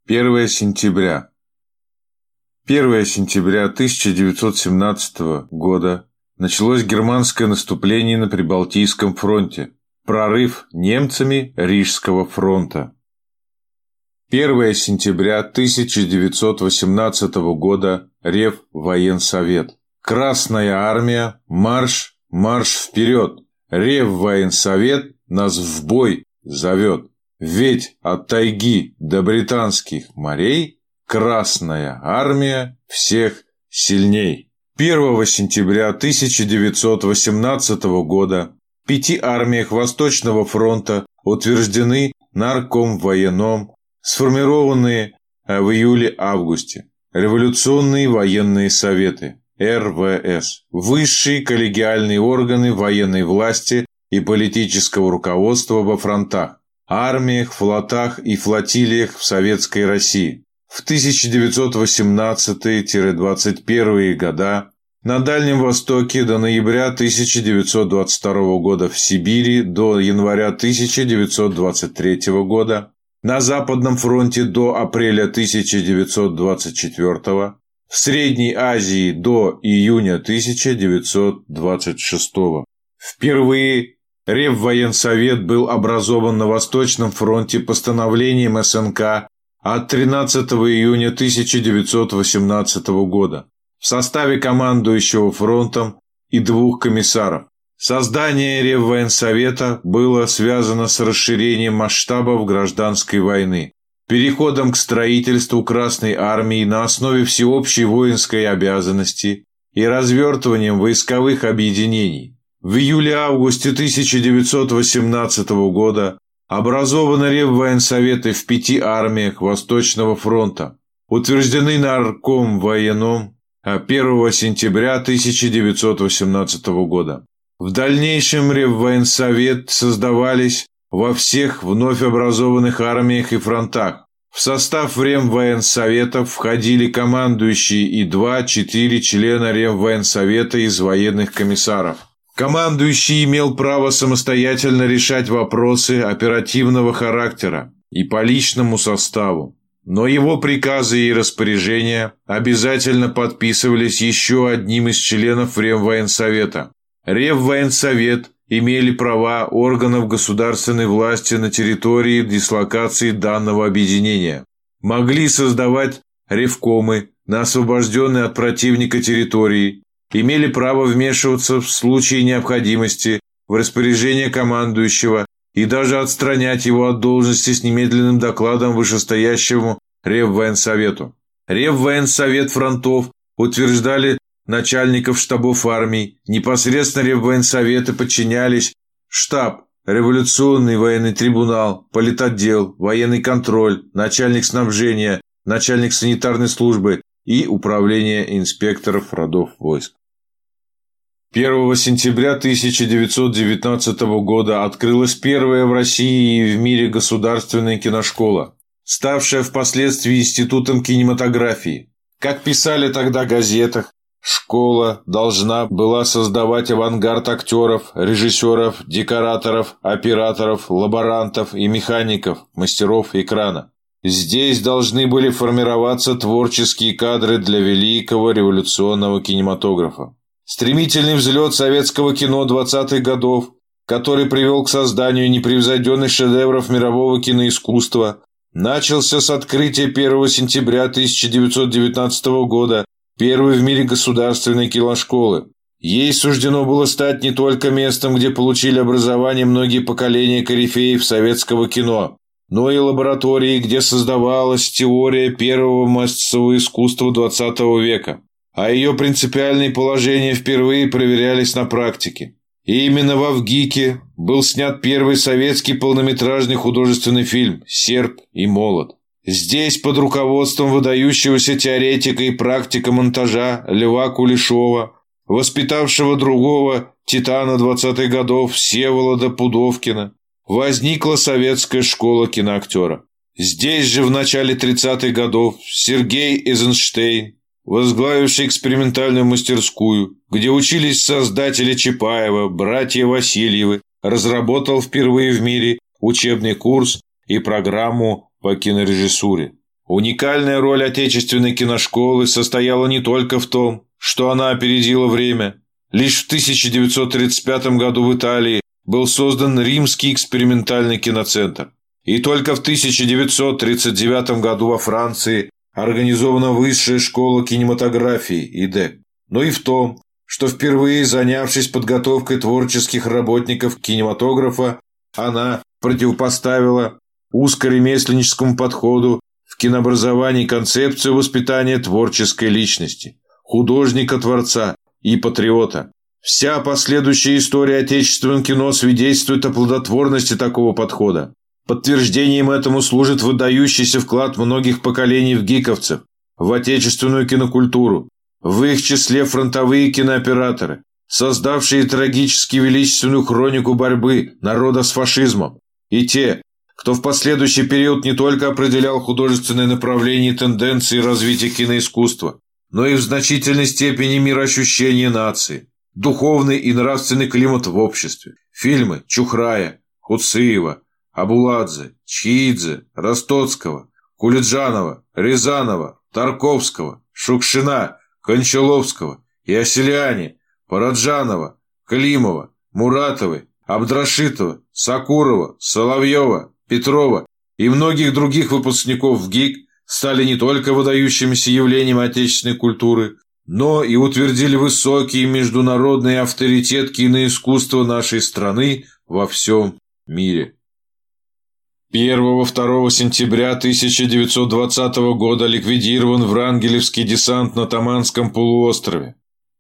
1 сентября. 1 сентября 1917 года началось германское наступление на Прибалтийском фронте, прорыв немцами Рижского фронта. 1 сентября 1918 года Реввоенсовет. Красная армия, марш, марш вперед! Реввоенсовет нас в бой зовет. Ведь от тайги до британских морей Красная армия всех сильней. 1 сентября 1918 года в 5 армиях Восточного фронта утверждены Наркомвоеном, сформированные в июле-августе революционные военные советы РВС, высшие коллегиальные органы военной власти и политического руководства во фронтах, армиях, флотах и флотилиях в Советской России. В 1918-21 года на Дальнем Востоке до ноября 1922 года в Сибири до января 1923 года, на Западном фронте до апреля 1924, в Средней Азии до июня 1926. Впервые Реввоенсовет был образован на Восточном фронте постановлением СНК от 13 июня 1918 года в составе командующего фронтом и 2 комиссаров. Создание Реввоенсовета было связано с расширением масштабов гражданской войны, переходом к строительству Красной армии на основе всеобщей воинской обязанности и развертыванием войсковых объединений. В июле-августе 1918 года образованы Реввоенсоветы в 5 армиях Восточного фронта, утверждены Наркомвоеном 1 сентября 1918 года. В дальнейшем Реввоенсовет создавались во всех вновь образованных армиях и фронтах. В состав Реввоенсоветов входили командующие и 2-4 члена Реввоенсовета из военных комиссаров. Командующий имел право самостоятельно решать вопросы оперативного характера и по личному составу, но его приказы и распоряжения обязательно подписывались еще одним из членов Реввоенсовета. Реввоенсовет имели права органов государственной власти на территории дислокации данного объединения, могли создавать ревкомы на освобожденной от противника территории, имели право вмешиваться в случае необходимости в распоряжение командующего и даже отстранять его от должности с немедленным докладом вышестоящему Реввоенсовету. Реввоенсовет фронтов утверждали начальников штабов армий, непосредственно Реввоенсоветы подчинялись штаб, революционный военный трибунал, политотдел, военный контроль, начальник снабжения, начальник санитарной службы и управление инспекторов родов войск. 1 сентября 1919 года открылась первая в России и в мире государственная киношкола, ставшая впоследствии институтом кинематографии. Как писали тогда в газетах, школа должна была создавать авангард актеров, режиссеров, декораторов, операторов, лаборантов и механиков, мастеров экрана. Здесь должны были формироваться творческие кадры для великого революционного кинематографа. Стремительный взлет советского кино 20-х годов, который привел к созданию непревзойденных шедевров мирового киноискусства, начался с открытия 1 сентября 1919 года первой в мире государственной киношколы. Ей суждено было стать не только местом, где получили образование многие поколения корифеев советского кино, но и лабораторией, где создавалась теория первого массового искусства XX века, а ее принципиальные положения впервые проверялись на практике. И именно в Авгике был снят первый советский полнометражный художественный фильм «Серп и молот». Здесь под руководством выдающегося теоретика и практика монтажа Льва Кулешова, воспитавшего другого титана 20-х годов Всеволода Пудовкина, возникла советская школа киноактера. Здесь же в начале 30-х годов Сергей Эйзенштейн, возглавивший экспериментальную мастерскую, где учились создатели Чапаева, братья Васильевы, разработал впервые в мире учебный курс и программу по кинорежиссуре. Уникальная роль отечественной киношколы состояла не только в том, что она опередила время. Лишь в 1935 году в Италии был создан Римский экспериментальный киноцентр. И только в 1939 году во Франции организована Высшая школа кинематографии ИДЭК. Но и в том, что впервые занявшись подготовкой творческих работников кинематографа, она противопоставила узкоремесленническому подходу в кинообразовании концепцию воспитания творческой личности, художника-творца и патриота. Вся последующая история отечественного кино свидетельствует о плодотворности такого подхода. Подтверждением этому служит выдающийся вклад многих поколений гиковцев в отечественную кинокультуру, в их числе фронтовые кинооператоры, создавшие трагически величественную хронику борьбы народа с фашизмом, и те, кто в последующий период не только определял художественные направления и тенденции развития киноискусства, но и в значительной степени мироощущение нации, духовный и нравственный климат в обществе. Фильмы Чухрая, Хуциева, Абуладзе, Чиидзе, Ростоцкого, Кулиджанова, Рязанова, Тарковского, Шукшина, Кончаловского, Яселяни, Параджанова, Климова, Муратовой, Абдрашитова, Сакурова, Соловьева, Петрова и многих других выпускников ВГИК стали не только выдающимися явлениями отечественной культуры, но и утвердили высокий международный авторитет киноискусства нашей страны во всем мире. 1-2 сентября 1920 года ликвидирован Врангелевский десант на Таманском полуострове.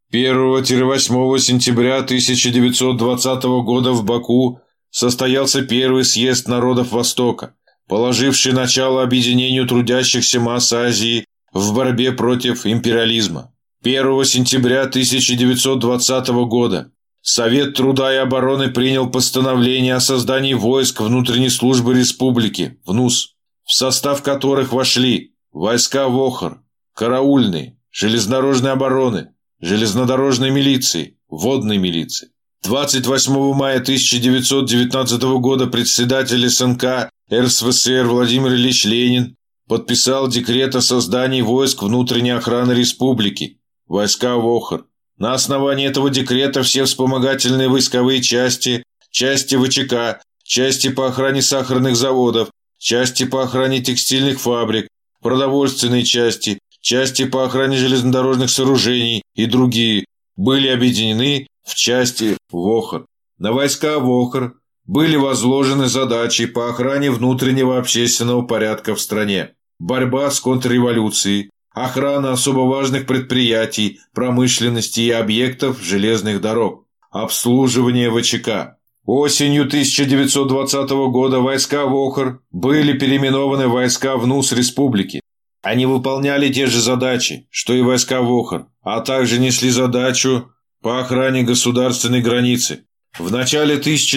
1-8 сентября 1920 года в Баку состоялся первый съезд народов Востока, положивший начало объединению трудящихся масс Азии в борьбе против империализма. 1 сентября 1920 года Совет труда и обороны принял постановление о создании войск внутренней службы республики, ВНУС, в состав которых вошли войска ВОХР, караульные, железнодорожной обороны, железнодорожной милиции, водной милиции. 28 мая 1919 года председатель СНК РСФСР Владимир Ильич Ленин подписал декрет о создании войск внутренней охраны республики, войска ВОХР. На основании этого декрета все вспомогательные войсковые части, части ВЧК, части по охране сахарных заводов, части по охране текстильных фабрик, продовольственные части, части по охране железнодорожных сооружений и другие были объединены в части ВОХР. На войска ВОХР были возложены задачи по охране внутреннего общественного порядка в стране, борьба с контрреволюцией, охрана особо важных предприятий, промышленности и объектов железных дорог, обслуживание ВЧК. Осенью 1920 года войска ВОХР были переименованы в войска ВНУС Республики. Они выполняли те же задачи, что и войска ВОХР, а также несли задачу по охране государственной границы. В начале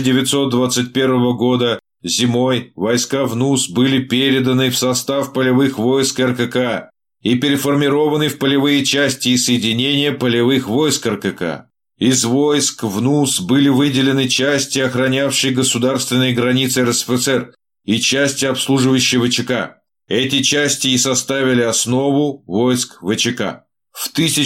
1921 года зимой войска ВНУС были переданы в состав полевых войск РКК и переформированы в полевые части и соединения полевых войск РКК. Из войск ВНУС были выделены части, охранявшие государственные границы РСФСР, и части, обслуживающие ВЧК. Эти части и составили основу войск ВЧК. В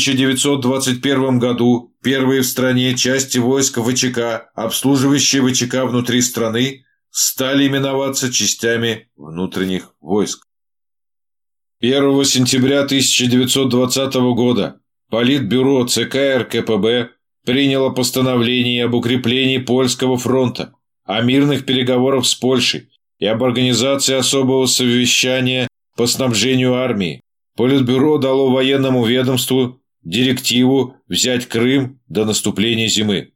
1921 году первые в стране части войск ВЧК, обслуживающие ВЧК внутри страны, стали именоваться частями внутренних войск. 1 сентября 1920 года Политбюро ЦК РКПБ приняло постановление об укреплении Польского фронта, о мирных переговорах с Польшей и об организации особого совещания по снабжению армии. Политбюро дало военному ведомству директиву взять Крым до наступления зимы.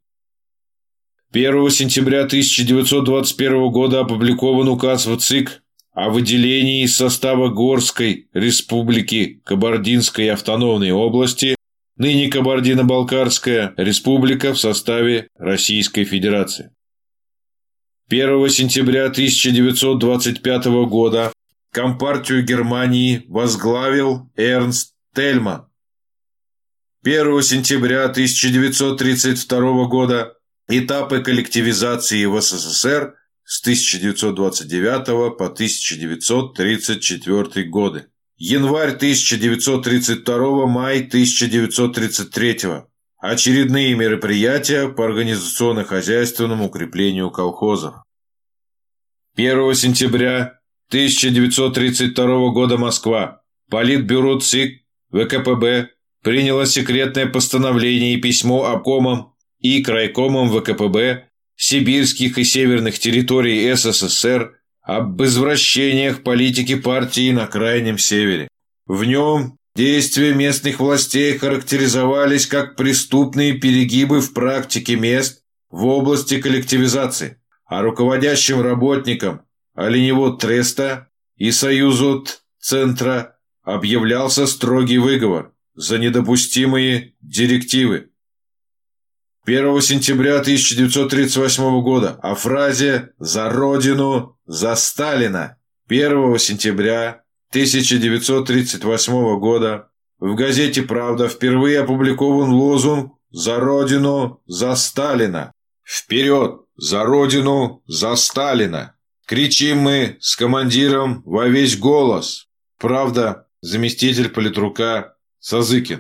1 сентября 1921 года опубликован указ ВЦИК о выделении из состава Горской республики Кабардинской автономной области, ныне Кабардино-Балкарская республика в составе Российской Федерации. 1 сентября 1925 года Компартию Германии возглавил Эрнст Тельман. 1 сентября 1932 года этапы коллективизации в СССР с 1929 по 1934 годы. Январь 1932 – май 1933. Очередные мероприятия по организационно-хозяйственному укреплению колхозов. 1 сентября 1932 года Москва. Политбюро ЦИК ВКПБ приняло секретное постановление и письмо обкомам и крайкомам ВКПБ сибирских и северных территорий СССР об извращениях политики партии на Крайнем Севере. В нем действия местных властей характеризовались как преступные перегибы в практике мест в области коллективизации, а руководящим работникам Оленевод Треста и Союзот Центра объявлялся строгий выговор за недопустимые директивы. 1 сентября 1938 года о фразе «За Родину, за Сталина». 1 сентября 1938 года в газете «Правда» впервые опубликован лозунг «За Родину, за Сталина». Вперед! За Родину, за Сталина! Кричим мы с командиром во весь голос. «Правда», заместитель политрука Сазыкин.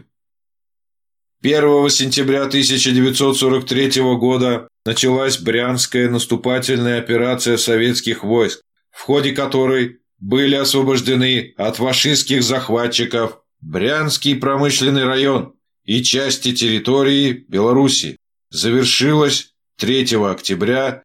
1 сентября 1943 года началась Брянская наступательная операция советских войск, в ходе которой были освобождены от фашистских захватчиков Брянский промышленный район и части территории Белоруссии. Завершилась 3 октября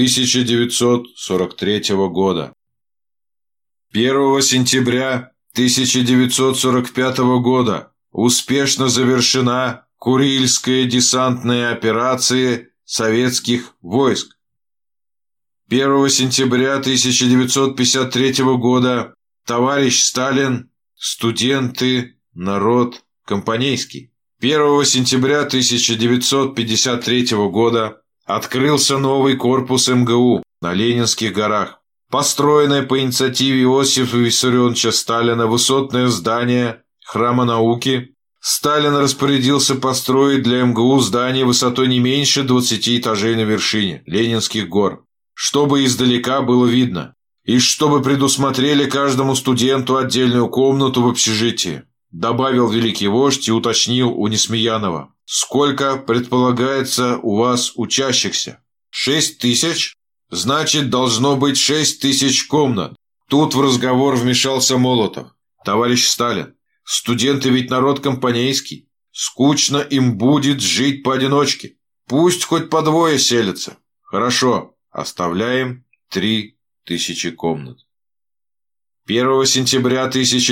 1943 года. 1 сентября 1945 года успешно завершена Курильская десантная операция советских войск. 1 сентября 1953 года товарищ Сталин, студенты, народ компанейский. 1 сентября 1953 года открылся новый корпус МГУ на Ленинских горах. Построенное по инициативе Иосифа Виссарионовича Сталина высотное здание Храма науки, Сталин распорядился построить для МГУ здание высотой не меньше 20 этажей на вершине Ленинских гор, чтобы издалека было видно, и чтобы предусмотрели каждому студенту отдельную комнату в общежитии, добавил великий вождь и уточнил у Несмеянова: «Сколько предполагается у вас учащихся?» 6000? Значит, должно быть 6000 комнат. Тут в разговор вмешался Молотов. Товарищ Сталин, студенты ведь народ компанейский. Скучно им будет жить поодиночке. Пусть хоть по двое селятся. Хорошо, оставляем 3000 комнат. 1 сентября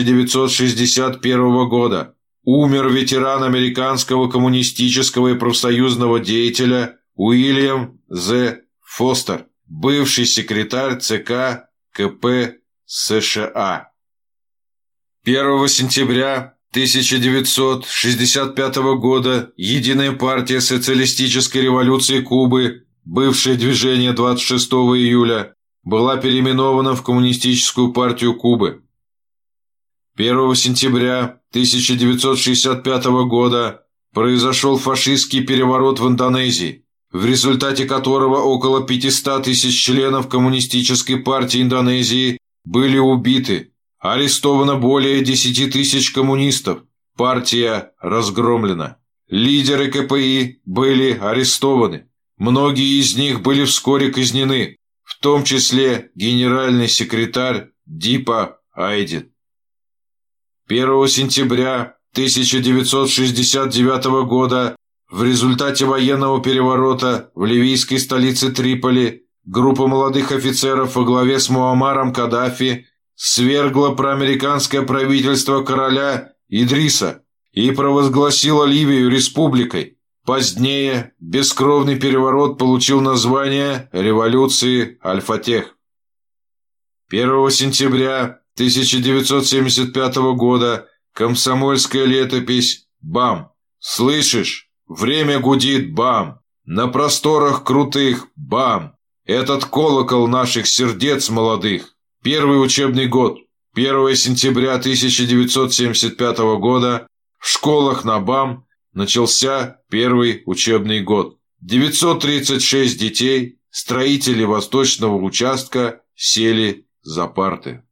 1961 года умер ветеран американского коммунистического и профсоюзного деятеля Уильям З. Фостер, бывший секретарь ЦК КП США. 1 сентября 1965 года Единая партия социалистической революции Кубы, бывшее движение 26 июля, была переименована в Коммунистическую партию Кубы. 1 сентября 1965 года произошел фашистский переворот в Индонезии, в результате которого около 500 тысяч членов Коммунистической партии Индонезии были убиты, арестовано более 10 тысяч коммунистов, партия разгромлена. Лидеры КПИ были арестованы, многие из них были вскоре казнены, в том числе генеральный секретарь Дипа Айдид. 1 сентября 1969 года в результате военного переворота в ливийской столице Триполи группа молодых офицеров во главе с Муаммаром Каддафи свергла проамериканское правительство короля Идриса и провозгласила Ливию республикой. Позднее бескровный переворот получил название революции Аль-Фатех. 1 сентября 1975 года комсомольская летопись «Бам». Слышишь? Время гудит, бам! На просторах крутых, бам! Этот колокол наших сердец молодых. Первый учебный год, 1 сентября 1975 года, в школах на БАМ начался первый учебный год. 936 детей строители восточного участка сели за парты.